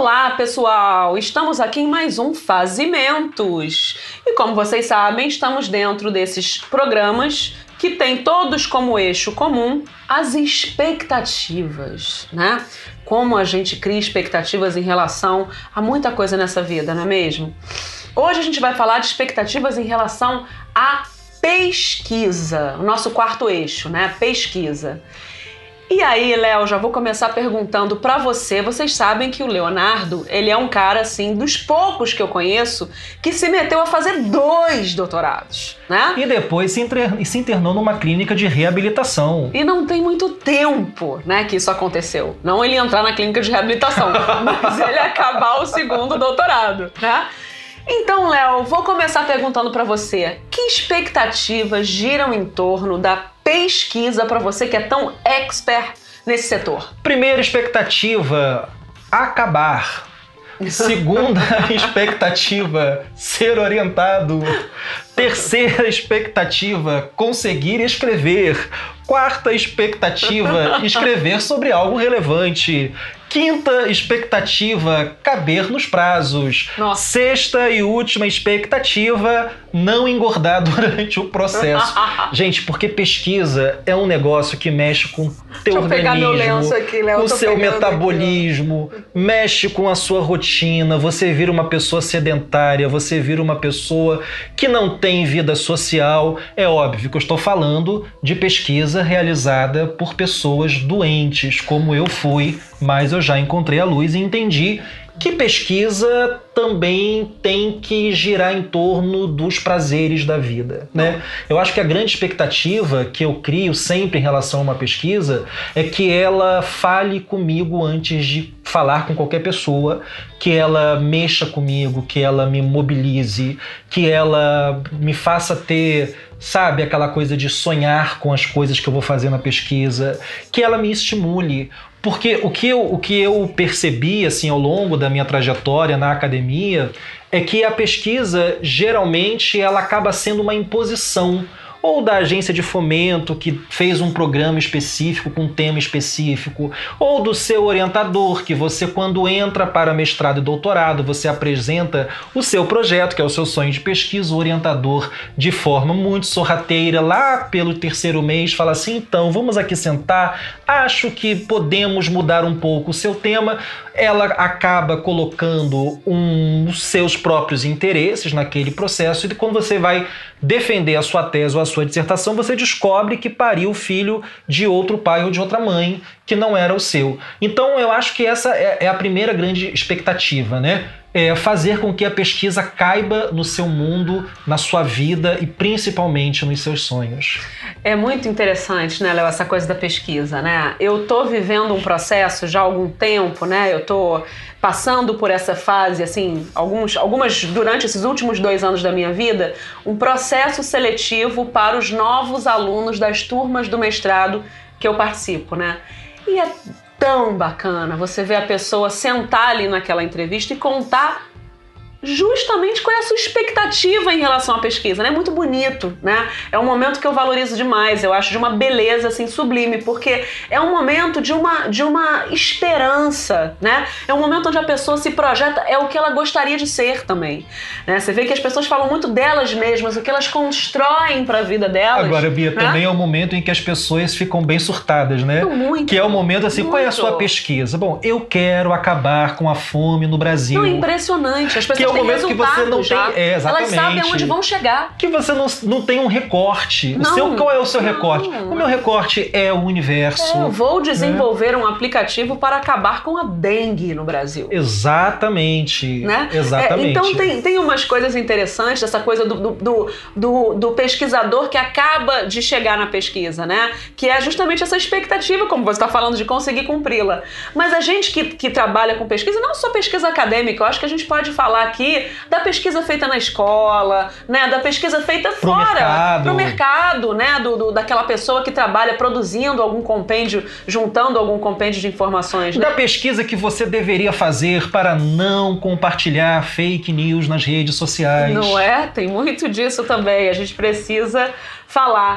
Olá, pessoal! Estamos aqui em mais um Fazimentos. E como vocês sabem, estamos dentro desses programas que têm todos como eixo comum as expectativas, né? Como a gente cria expectativas em relação a muita coisa nessa vida, não é mesmo? Hoje a gente vai falar de expectativas em relação à pesquisa, o nosso quarto eixo, né? Pesquisa. E aí, Léo, já vou começar perguntando pra você. Vocês sabem que o Leonardo, ele é um cara, assim, dos poucos que eu conheço, que se meteu a fazer 2 doutorados, né? E depois se internou numa clínica de reabilitação. E não tem muito tempo, né, que isso aconteceu. Não ele entrar na clínica de reabilitação, mas ele acabar o 2º doutorado, né? Então, Léo, vou começar perguntando pra você, que expectativas giram em torno da pesquisa para você que é tão expert nesse setor? Primeira expectativa, acabar. Segunda expectativa, ser orientado. Terceira expectativa, conseguir escrever. Quarta expectativa, escrever sobre algo relevante. Quinta expectativa, caber nos prazos. Nossa. Sexta e última expectativa, não engordar durante o processo. Gente, porque pesquisa é um negócio que mexe com o teu organismo, pegar meu lenço aqui, Léo, com o seu pegando metabolismo, mexe com a sua rotina, você vira uma pessoa sedentária, você vira uma pessoa que não tem vida social. É óbvio que eu estou falando de pesquisa realizada por pessoas doentes, como eu fui, mas eu já encontrei a luz e entendi que pesquisa também tem que girar em torno dos prazeres da vida, né? Eu acho que a grande expectativa que eu crio sempre em relação a uma pesquisa é que ela fale comigo antes de falar com qualquer pessoa, que ela mexa comigo, que ela me mobilize, que ela me faça ter, sabe, aquela coisa de sonhar com as coisas que eu vou fazer na pesquisa, que ela me estimule. Porque o que eu percebi assim, ao longo da minha trajetória na academia é que a pesquisa, geralmente, ela acaba sendo uma imposição, ou da agência de fomento que fez um programa específico com um tema específico, ou do seu orientador, que você, quando entra para mestrado e doutorado, você apresenta o seu projeto, que é o seu sonho de pesquisa, o orientador, de forma muito sorrateira, lá pelo 3º mês, fala assim, então, vamos aqui sentar, acho que podemos mudar um pouco o seu tema. Ela acaba colocando os seus próprios interesses naquele processo, e quando você vai defender a sua tese ou a sua dissertação, você descobre que pariu filho de outro pai ou de outra mãe, que não era o seu. Então eu acho que essa é a primeira grande expectativa, né? É fazer com que a pesquisa caiba no seu mundo, na sua vida e principalmente nos seus sonhos. É muito interessante, né, Léo, essa coisa da pesquisa, né? Eu tô vivendo um processo já há algum tempo, né? Eu tô passando por essa fase, assim, algumas durante esses últimos 2 anos da minha vida, um processo seletivo para os novos alunos das turmas do mestrado que eu participo, né? E é tão bacana você ver a pessoa sentar ali naquela entrevista e contar justamente qual é a sua expectativa em relação à pesquisa, né? É muito bonito, né? É um momento que eu valorizo demais, eu acho de uma beleza, assim, sublime, porque é um momento de uma esperança, né? É um momento onde a pessoa se projeta, é o que ela gostaria de ser também, né? Você vê que as pessoas falam muito delas mesmas, o que elas constroem para a vida delas. Agora, Bia, né? também é um momento em que as pessoas ficam bem surtadas, né? Muito. Que é o momento assim, muito. Qual é a sua pesquisa? Bom, eu quero acabar com a fome no Brasil. Não, é impressionante, as pessoas o momento que você não já. tem... exatamente. Elas sabem onde vão chegar. Que você não tem um recorte. Qual é o seu recorte? O meu recorte é o universo. Eu vou desenvolver um aplicativo para acabar com a dengue no Brasil. Exatamente. Né? Exatamente. Então tem umas coisas interessantes, essa coisa do pesquisador que acaba de chegar na pesquisa, né? Que é justamente essa expectativa, como você está falando, de conseguir cumpri-la. Mas a gente que trabalha com pesquisa, não só pesquisa acadêmica, eu acho que a gente pode falar aqui da pesquisa feita na escola, né, da pesquisa feita fora, pro mercado, né, daquela pessoa que trabalha produzindo algum compêndio, juntando algum compêndio de informações. Né? Da pesquisa que você deveria fazer para não compartilhar fake news nas redes sociais. Não é? Tem muito disso também, a gente precisa falar.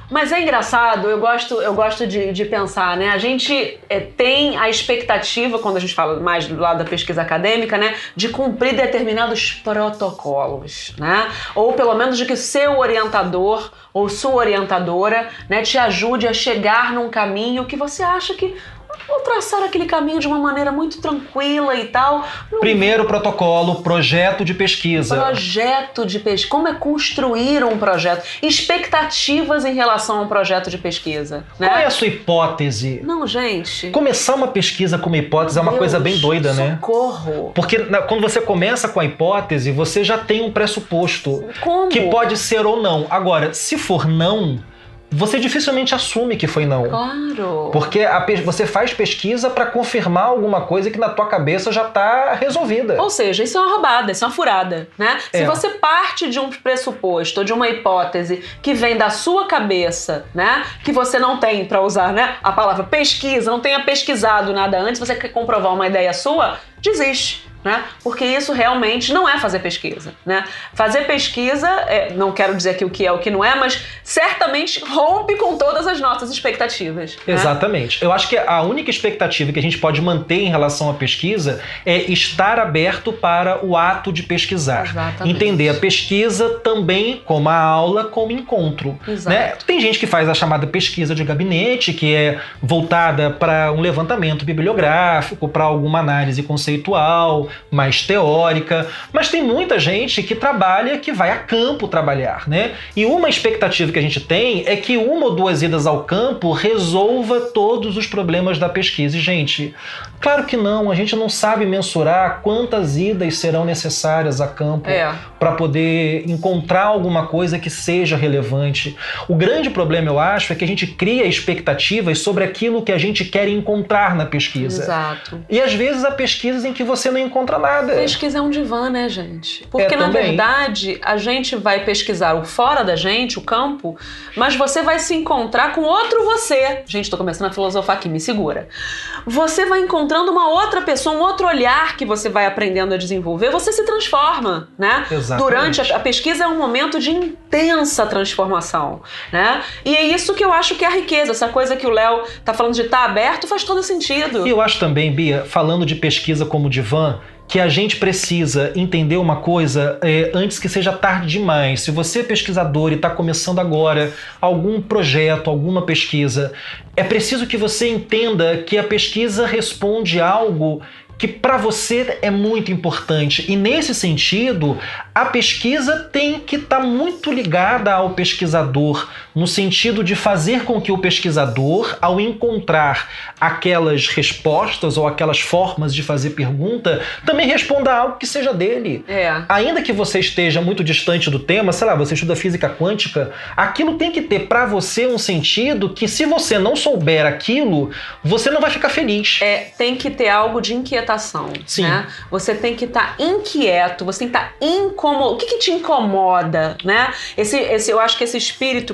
Mas é engraçado, eu gosto de pensar, né? A gente tem a expectativa, quando a gente fala mais do lado da pesquisa acadêmica, né? De cumprir determinados protocolos, né? Ou pelo menos de que seu orientador ou sua orientadora, né, te ajude a chegar num caminho que você acha que vou traçar aquele caminho de uma maneira muito tranquila e tal. Primeiro protocolo, projeto de pesquisa. Projeto de pesquisa. Como é construir um projeto? Expectativas em relação a um projeto de pesquisa. Né? Qual é a sua hipótese? Não, gente. Começar uma pesquisa com uma hipótese é uma coisa bem doida, né? Socorro. Porque quando você começa com a hipótese, você já tem um pressuposto. Como? Que pode ser ou não. Agora, se for não, você dificilmente assume que foi não. Claro. Porque você faz pesquisa para confirmar alguma coisa que na tua cabeça já está resolvida. Ou seja, isso é uma roubada, isso é uma furada, né? Se você parte de um pressuposto, de uma hipótese que vem da sua cabeça, né? Que você não tem, para usar, né, a palavra pesquisa, não tenha pesquisado nada antes, você quer comprovar uma ideia sua, desiste. Né? Porque isso realmente não é fazer pesquisa, né? Fazer pesquisa, não quero dizer aqui o que é o que não é, mas certamente rompe com todas as nossas expectativas. Né? Exatamente. Eu acho que a única expectativa que a gente pode manter em relação à pesquisa é estar aberto para o ato de pesquisar. Exatamente. Entender a pesquisa também como a aula, como encontro. Né? Tem gente que faz a chamada pesquisa de gabinete, que é voltada para um levantamento bibliográfico, para alguma análise conceitual, mais teórica, mas tem muita gente que trabalha, que vai a campo trabalhar, né? E uma expectativa que a gente tem é que uma ou duas idas ao campo resolva todos os problemas da pesquisa. E, gente, claro que não, a gente não sabe mensurar quantas idas serão necessárias a campo para poder encontrar alguma coisa que seja relevante. O grande problema, eu acho, é que a gente cria expectativas sobre aquilo que a gente quer encontrar na pesquisa. Exato. E às vezes há pesquisas em que você não encontra nada. Pesquisa é um divã, né, gente? Porque, na verdade, a gente vai pesquisar o fora da gente, o campo, mas você vai se encontrar com outro você. Gente, tô começando a filosofar aqui, me segura. Você vai encontrando uma outra pessoa, um outro olhar que você vai aprendendo a desenvolver, você se transforma, né? Exatamente. Durante a pesquisa é um momento de intensa transformação, né? E é isso que eu acho que é a riqueza, essa coisa que o Léo tá falando de estar aberto faz todo sentido. E eu acho também, Bia, falando de pesquisa como divã, que a gente precisa entender uma coisa antes que seja tarde demais. Se você é pesquisador e está começando agora algum projeto, alguma pesquisa, é preciso que você entenda que a pesquisa responde algo que para você é muito importante. E nesse sentido, a pesquisa tem que estar muito ligada ao pesquisador, no sentido de fazer com que o pesquisador, ao encontrar aquelas respostas ou aquelas formas de fazer pergunta, também responda algo que seja dele. Ainda que você esteja muito distante do tema, sei lá, você estuda física quântica, aquilo tem que ter para você um sentido que, se você não souber aquilo, você não vai ficar feliz. Tem que ter algo de inquietação. Sim. Né? Você tem que estar inquieto, você tem que estar incomodado. O que te incomoda, né? Eu acho que esse espírito,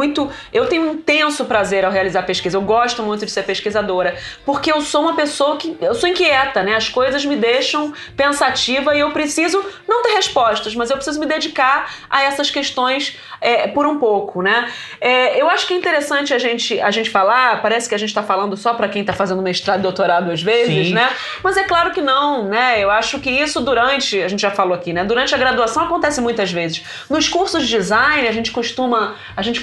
eu tenho um intenso prazer ao realizar pesquisa. Eu gosto muito de ser pesquisadora, porque eu sou uma pessoa eu sou inquieta, né? As coisas me deixam pensativa e eu preciso não ter respostas, mas eu preciso me dedicar a essas questões por um pouco, né? Eu acho que é interessante a gente falar, parece que a gente está falando só para quem está fazendo mestrado e doutorado às vezes, Sim. né? Mas é claro que não, né? Eu acho que isso a gente já falou aqui, né? Durante a graduação acontece muitas vezes. Nos cursos de design, a gente costuma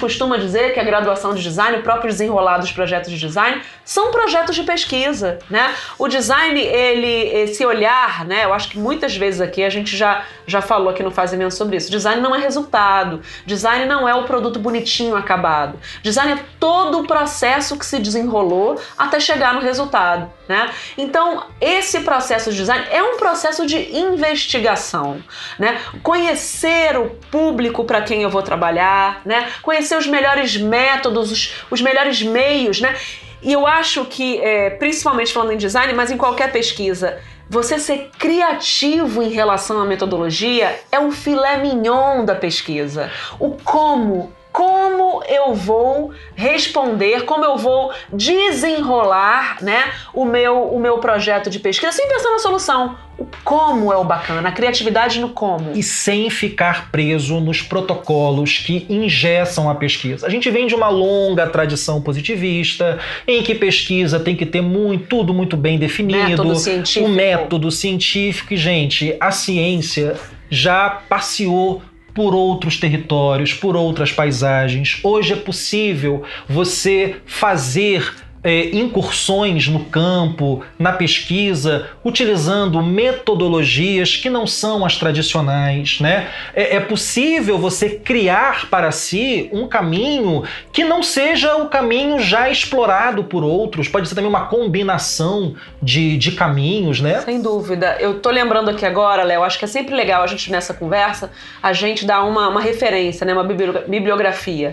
dizer que a graduação de design, o próprio desenrolar dos projetos de design, são projetos de pesquisa, né? O design, esse olhar, né? Eu acho que muitas vezes aqui a gente já falou aqui no Fazimento sobre isso. Design não é resultado. Design não é o produto bonitinho acabado. Design é todo o processo que se desenrolou até chegar no resultado, né? Então, esse processo de design é um processo de investigação, né? Conhecer o público para quem eu vou trabalhar, né? Conhecer os melhores métodos, os melhores meios, né? E eu acho que, principalmente falando em design, mas em qualquer pesquisa, você ser criativo em relação à metodologia é um filé mignon da pesquisa. O como como eu vou responder, como eu vou desenrolar, né, o meu projeto de pesquisa, sem pensar na solução. O como é o bacana, a criatividade no como. E sem ficar preso nos protocolos que engessam a pesquisa. A gente vem de uma longa tradição positivista, em que pesquisa tem que ter tudo muito bem definido. Método científico. O método científico. E, gente, a ciência já passeou por outros territórios, por outras paisagens. Hoje é possível você fazer incursões no campo, na pesquisa, utilizando metodologias que não são as tradicionais, né? É possível você criar para si um caminho que não seja o caminho já explorado por outros. Pode ser também uma combinação de caminhos, né? Sem dúvida. Eu tô lembrando aqui agora, Léo, acho que é sempre legal a gente, nessa conversa, a gente dar uma referência, né? Uma bibliografia.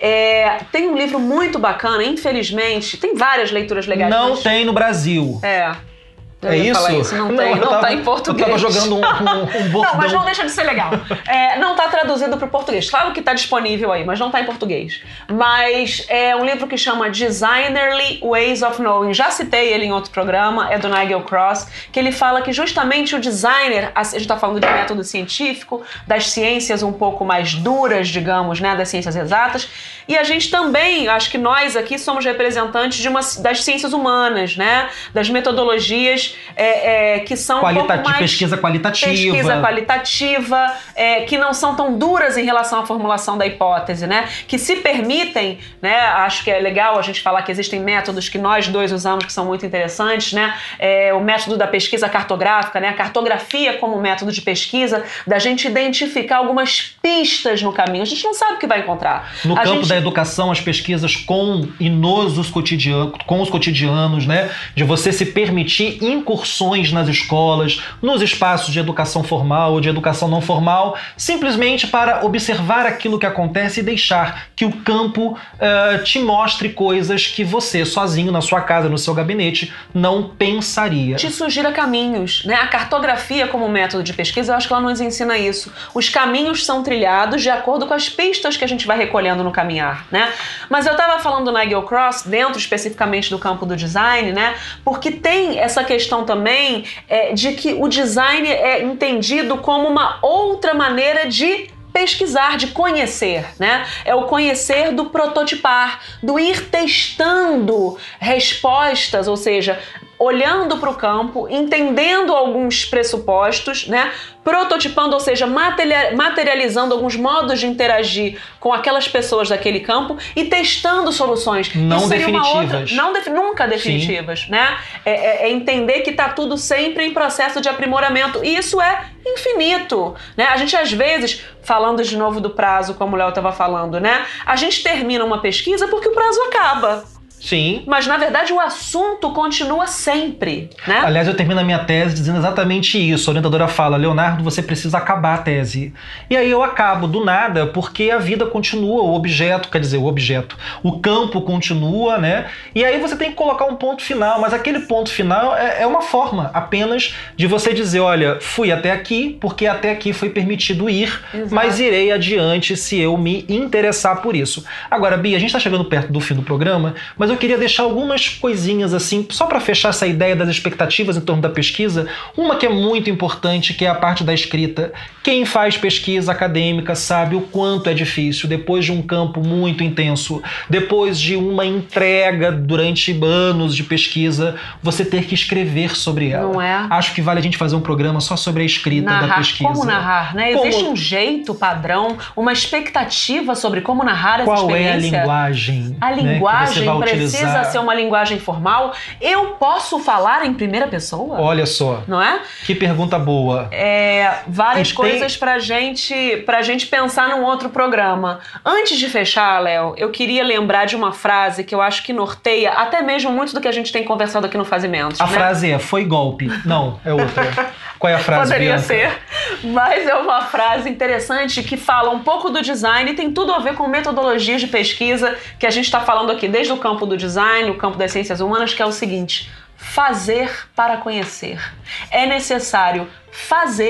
Tem um livro muito bacana, infelizmente, tem várias leituras legais. Não tem no Brasil. É isso? Não tem, não tá em português. Eu tava jogando um bordão. Não, mas não deixa de ser legal. Não tá traduzido para o português. Claro que tá disponível aí, mas não tá em português. Mas é um livro que chama Designerly Ways of Knowing. Já citei ele em outro programa, é do Nigel Cross, que ele fala que justamente o designer, a gente tá falando de método científico, das ciências um pouco mais duras, digamos, né, das ciências exatas, e a gente também, acho que nós aqui somos representantes das ciências humanas, né, das metodologias que são um pouco mais... Pesquisa qualitativa, que não são tão duras em relação à formulação da hipótese, né? Que se permitem, né? Acho que é legal a gente falar que existem métodos que nós dois usamos que são muito interessantes, né? O método da pesquisa cartográfica, né? A cartografia como método de pesquisa, da gente identificar algumas pistas no caminho. A gente não sabe o que vai encontrar. No campo da educação, as pesquisas com os cotidianos, né? De você se permitir incursões nas escolas, nos espaços de educação formal ou de educação não formal, simplesmente para observar aquilo que acontece e deixar que o campo te mostre coisas que você, sozinho, na sua casa, no seu gabinete, não pensaria. Te sugira caminhos, né? A cartografia como método de pesquisa, eu acho que ela nos ensina isso. Os caminhos são trilhados de acordo com as pistas que a gente vai recolhendo no caminhar, né? Mas eu estava falando do Nigel Cross, dentro especificamente do campo do design, né? Porque tem essa questão também de que o design é entendido como uma outra maneira de pesquisar, de conhecer, né? É o conhecer do prototipar, do ir testando respostas, ou seja, olhando para o campo, entendendo alguns pressupostos, né? Prototipando, ou seja, materializando alguns modos de interagir com aquelas pessoas daquele campo e testando soluções. Não definitivas. Nunca definitivas, sim, né? É entender que está tudo sempre em processo de aprimoramento. E isso é infinito, né? A gente, às vezes, falando de novo do prazo, como o Léo estava falando, né? A gente termina uma pesquisa porque o prazo acaba. Sim. Mas, na verdade, o assunto continua sempre, né? Aliás, eu termino a minha tese dizendo exatamente isso. A orientadora fala, Leonardo, você precisa acabar a tese. E aí eu acabo do nada, porque a vida continua, o campo continua, né? E aí você tem que colocar um ponto final, mas aquele ponto final é uma forma apenas de você dizer, olha, fui até aqui, porque até aqui foi permitido ir, exato, mas irei adiante se eu me interessar por isso. Agora, Bia, a gente está chegando perto do fim do programa, mas eu queria deixar algumas coisinhas assim, só para fechar essa ideia das expectativas em torno da pesquisa. Uma que é muito importante, que é a parte da escrita. Quem faz pesquisa acadêmica sabe o quanto é difícil, depois de um campo muito intenso, depois de uma entrega durante anos de pesquisa, você ter que escrever sobre ela. Não é? Acho que vale a gente fazer um programa só sobre a escrita da pesquisa. Como narrar, né? Existe um jeito padrão, uma expectativa sobre como narrar essa experiência. Qual é a linguagem? A linguagem precisa ser uma linguagem formal. Eu posso falar em primeira pessoa? Olha só. Não é? Que pergunta boa. Várias coisas pra gente pensar num outro programa. Antes de fechar, Léo, eu queria lembrar de uma frase que eu acho que norteia até mesmo muito do que a gente tem conversado aqui no Fazimentos. A frase é, foi golpe. Não, é outra. Qual é a frase, Poderia Bianca? ser, mas é uma frase interessante que fala um pouco do design e tem tudo a ver com metodologias de pesquisa que a gente está falando aqui, desde o campo do design, o campo das ciências humanas, que é o seguinte: fazer para conhecer. É necessário fazer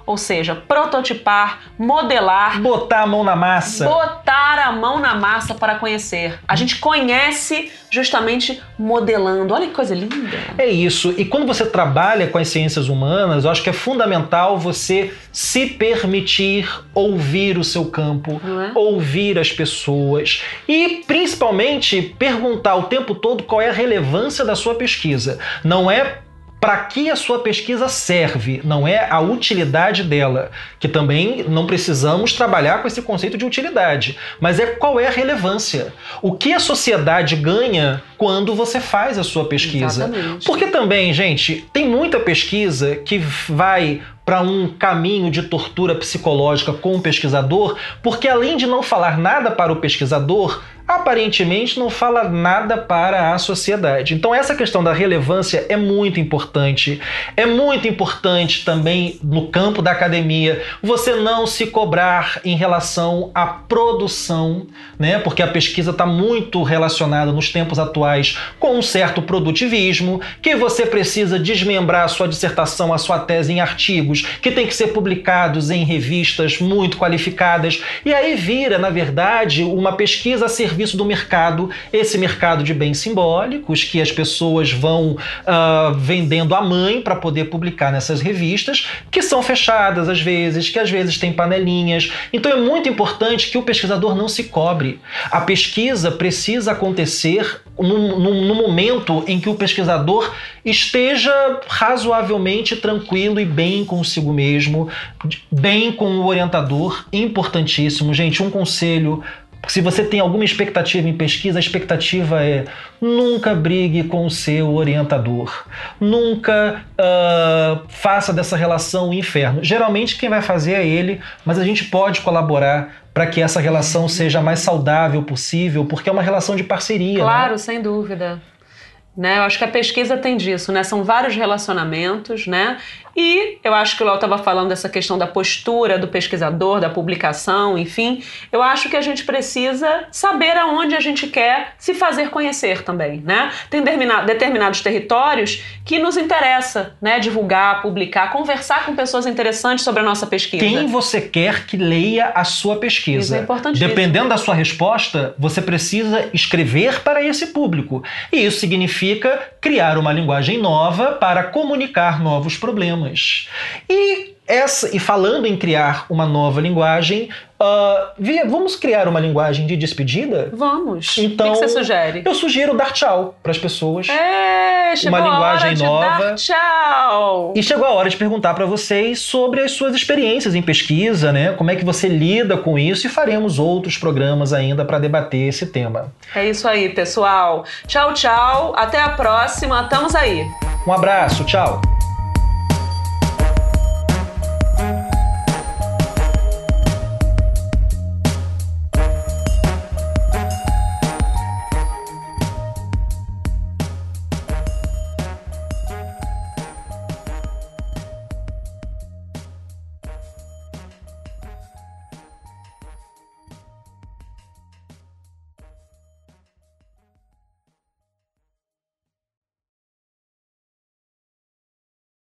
Ou seja, prototipar, modelar, botar a mão na massa. Botar a mão na massa para conhecer. A gente conhece justamente modelando. Olha que coisa linda. É isso. E quando você trabalha com as ciências humanas, eu acho que é fundamental você se permitir ouvir o seu campo, ouvir as pessoas e, principalmente, perguntar o tempo todo qual é a relevância da sua pesquisa. Não é para que a sua pesquisa serve, não é a utilidade dela, que também não precisamos trabalhar com esse conceito de utilidade, mas é qual é a relevância. O que a sociedade ganha quando você faz a sua pesquisa. Exatamente. Porque também, gente, tem muita pesquisa que vai para um caminho de tortura psicológica com o pesquisador, porque além de não falar nada para o pesquisador, aparentemente não fala nada para a sociedade. Então essa questão da relevância é muito importante. É muito importante também no campo da academia você não se cobrar em relação à produção, né? Porque a pesquisa está muito relacionada nos tempos atuais com um certo produtivismo, que você precisa desmembrar a sua dissertação, a sua tese em artigos que tem que ser publicados em revistas muito qualificadas, e aí vira, na verdade, uma pesquisa a serviço do mercado, esse mercado de bens simbólicos que as pessoas vão vendendo a mãe para poder publicar nessas revistas, que são fechadas às vezes, que às vezes tem panelinhas. Então é muito importante que o pesquisador não se cobre. A pesquisa precisa acontecer no momento em que o pesquisador esteja razoavelmente tranquilo e bem consigo mesmo, bem com o orientador. Importantíssimo, gente, um conselho: se você tem alguma expectativa em pesquisa, a expectativa é: nunca brigue com o seu orientador. Nunca faça dessa relação um inferno. Geralmente quem vai fazer é ele, mas a gente pode colaborar para que essa relação seja a mais saudável possível, porque é uma relação de parceria. Claro, né? Sem dúvida. Né? Eu acho que a pesquisa tem disso, né? São vários relacionamentos, né? E eu acho que o Léo estava falando dessa questão da postura do pesquisador, da publicação, enfim. Eu acho que a gente precisa saber aonde a gente quer se fazer conhecer também, né? Tem determinados territórios que nos interessa, né? Divulgar, publicar, conversar com pessoas interessantes sobre a nossa pesquisa. Quem você quer que leia a sua pesquisa? Isso é importantíssimo. Dependendo da sua resposta, você precisa escrever para esse público. E isso significa criar uma linguagem nova para comunicar novos problemas. E falando em criar uma nova linguagem, vamos criar uma linguagem de despedida? Vamos. Então, o que você sugere? Eu sugiro dar tchau para as pessoas. Chegou uma linguagem a hora de nova. Dar tchau. E chegou a hora de perguntar para vocês sobre as suas experiências em pesquisa, né? Como é que você lida com isso, e faremos outros programas ainda para debater esse tema. É isso aí, pessoal. Tchau, tchau. Até a próxima. Estamos aí. Um abraço, tchau.